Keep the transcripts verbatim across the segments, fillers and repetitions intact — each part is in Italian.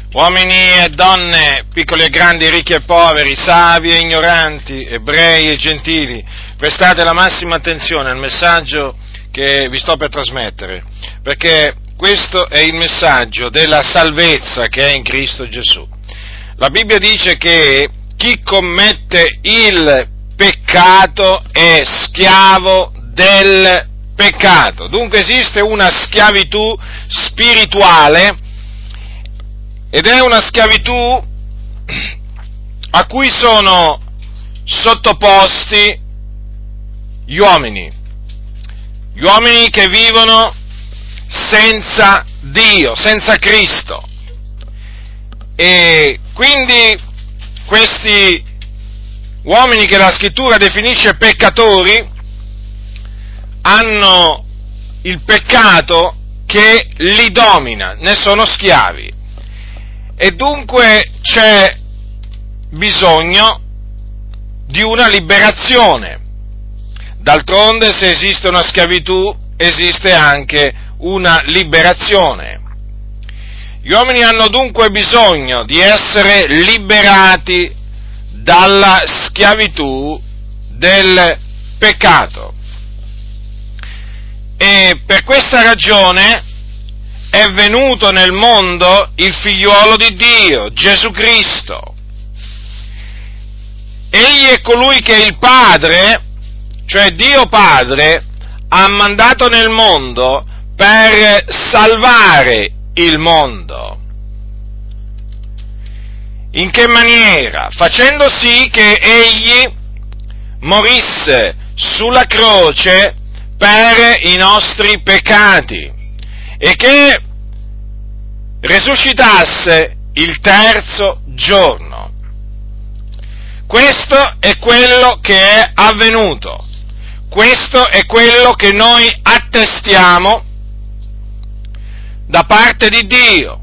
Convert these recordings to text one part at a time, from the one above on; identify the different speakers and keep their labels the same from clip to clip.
Speaker 1: Uomini e donne, piccoli e grandi, ricchi e poveri, savi e ignoranti, ebrei e gentili, prestate la massima attenzione al messaggio che vi sto per trasmettere, perché questo è il messaggio della salvezza che è in Cristo Gesù. La Bibbia dice che chi commette il peccato è schiavo del peccato. Dunque esiste una schiavitù spirituale, ed è una schiavitù a cui sono sottoposti gli uomini, gli uomini che vivono senza Dio, senza Cristo. E quindi questi uomini che la Scrittura definisce peccatori hanno il peccato che li domina, ne sono schiavi. E dunque c'è bisogno di una liberazione. D'altronde, se esiste una schiavitù, esiste anche una liberazione. Gli uomini hanno dunque bisogno di essere liberati dalla schiavitù del peccato. E per questa ragione è venuto nel mondo il figliuolo di Dio, Gesù Cristo. Egli è colui che il Padre, cioè Dio Padre, ha mandato nel mondo per salvare il mondo. In che maniera? Facendo sì che egli morisse sulla croce per i nostri peccati e che risuscitasse il terzo giorno. Questo è quello che è avvenuto, questo è quello che noi attestiamo da parte di Dio.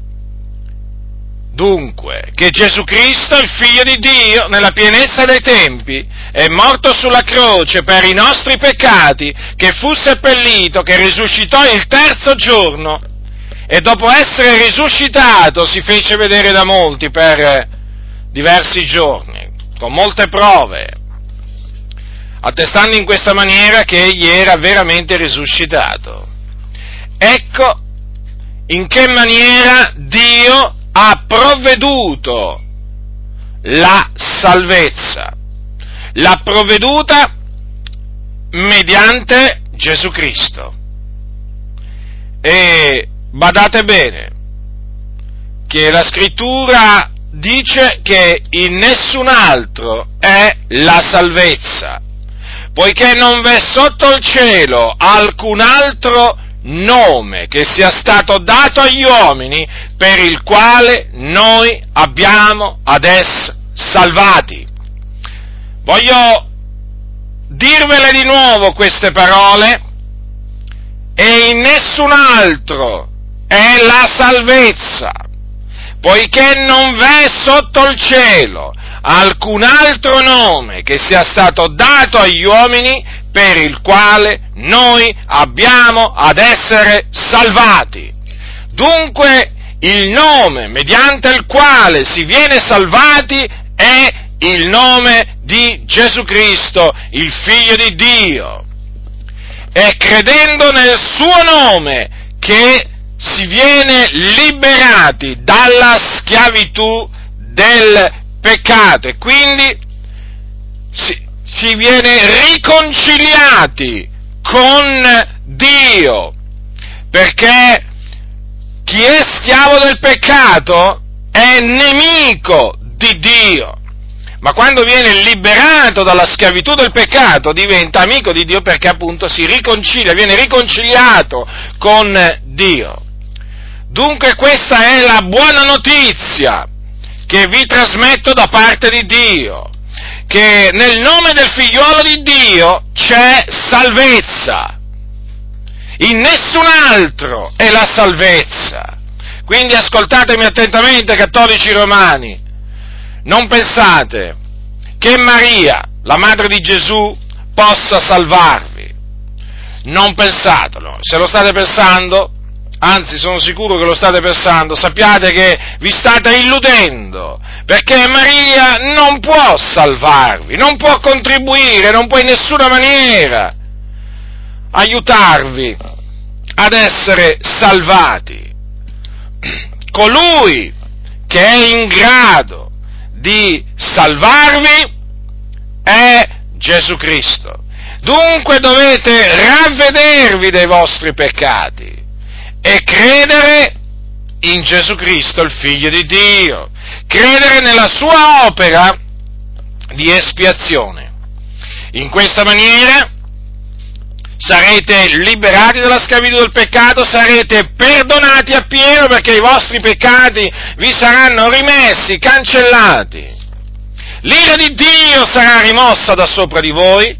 Speaker 1: Dunque, che Gesù Cristo, il Figlio di Dio, nella pienezza dei tempi, è morto sulla croce per i nostri peccati, che fu seppellito, che risuscitò il terzo giorno, e dopo essere risuscitato si fece vedere da molti per diversi giorni, con molte prove, attestando in questa maniera che egli era veramente risuscitato. Ecco in che maniera Dio ha provveduto la salvezza. L'ha provveduta mediante Gesù Cristo. E badate bene che la Scrittura dice che in nessun altro è la salvezza, poiché non v'è sotto il cielo alcun altro nome che sia stato dato agli uomini per il quale noi abbiamo ad essere salvati. Voglio dirvele di nuovo queste parole: e in nessun altro è la salvezza, poiché non v'è sotto il cielo alcun altro nome che sia stato dato agli uomini per il quale noi abbiamo ad essere salvati. Dunque, il nome mediante il quale si viene salvati è il nome di Gesù Cristo, il Figlio di Dio. È credendo nel suo nome che si viene liberati dalla schiavitù del peccato e quindi si, si viene riconciliati con Dio, perché chi è schiavo del peccato è nemico di Dio, ma quando viene liberato dalla schiavitù del peccato diventa amico di Dio, perché appunto si riconcilia, viene riconciliato con Dio. Dunque questa è la buona notizia che vi trasmetto da parte di Dio, che nel nome del figliuolo di Dio c'è salvezza, in nessun altro è la salvezza. Quindi ascoltatemi attentamente, cattolici romani, non pensate che Maria, la madre di Gesù, possa salvarvi, non pensatelo. Se lo state pensando, anzi sono sicuro che lo state pensando, sappiate che vi state illudendo, perché Maria non può salvarvi, non può contribuire, non può in nessuna maniera aiutarvi ad essere salvati. Colui che è in grado di salvarvi è Gesù Cristo. Dunque dovete ravvedervi dei vostri peccati e credere in Gesù Cristo, il Figlio di Dio, credere nella sua opera di espiazione. In questa maniera sarete liberati dalla schiavitù del peccato, sarete perdonati appieno, perché i vostri peccati vi saranno rimessi, cancellati. L'ira di Dio sarà rimossa da sopra di voi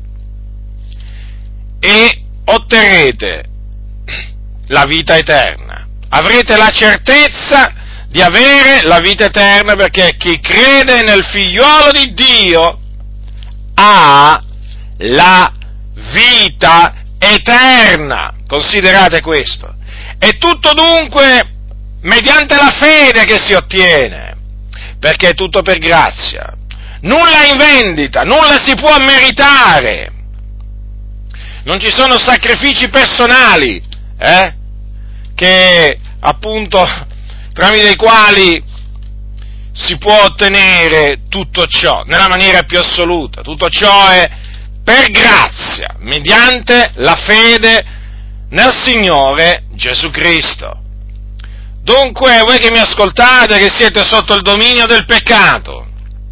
Speaker 1: e otterrete la vita eterna. Avrete la certezza di avere la vita eterna, perché chi crede nel figliuolo di Dio ha la vita eterna. Considerate questo. È tutto dunque mediante la fede che si ottiene, perché è tutto per grazia. Nulla in vendita, nulla si può meritare. Non ci sono sacrifici personali, eh, che appunto tramite i quali si può ottenere tutto ciò nella maniera più assoluta. Tutto ciò è per grazia, mediante la fede nel Signore Gesù Cristo. Dunque, voi che mi ascoltate, che siete sotto il dominio del peccato,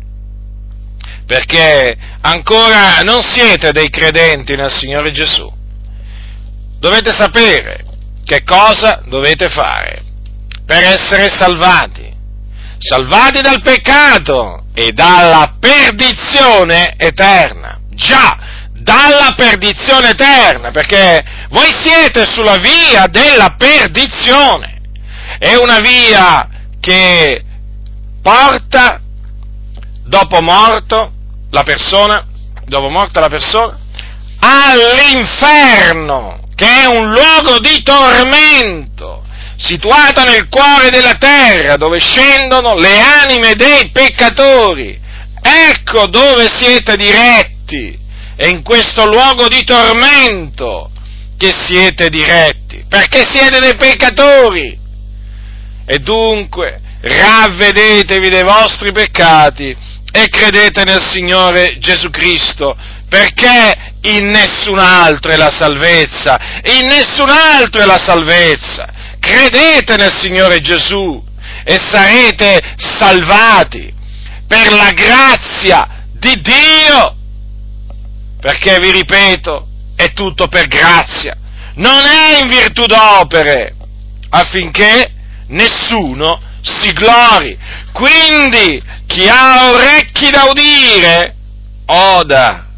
Speaker 1: perché ancora non siete dei credenti nel Signore Gesù, dovete sapere che cosa dovete fare per essere salvati, salvati dal peccato e dalla perdizione eterna. Già, dalla perdizione eterna, perché voi siete sulla via della perdizione. È una via che porta, dopo morto, la persona, dopo morta la persona, all'inferno, che è un luogo di tormento, situato nel cuore della terra, dove scendono le anime dei peccatori. Ecco dove siete diretti, è in questo luogo di tormento che siete diretti, perché siete dei peccatori. E dunque ravvedetevi dei vostri peccati e credete nel Signore Gesù Cristo, perché in nessun altro è la salvezza, in nessun altro è la salvezza. Credete nel Signore Gesù e sarete salvati per la grazia di Dio, perché, vi ripeto, è tutto per grazia, non è in virtù d'opere, affinché nessuno si glori. Quindi chi ha orecchi da udire, oda.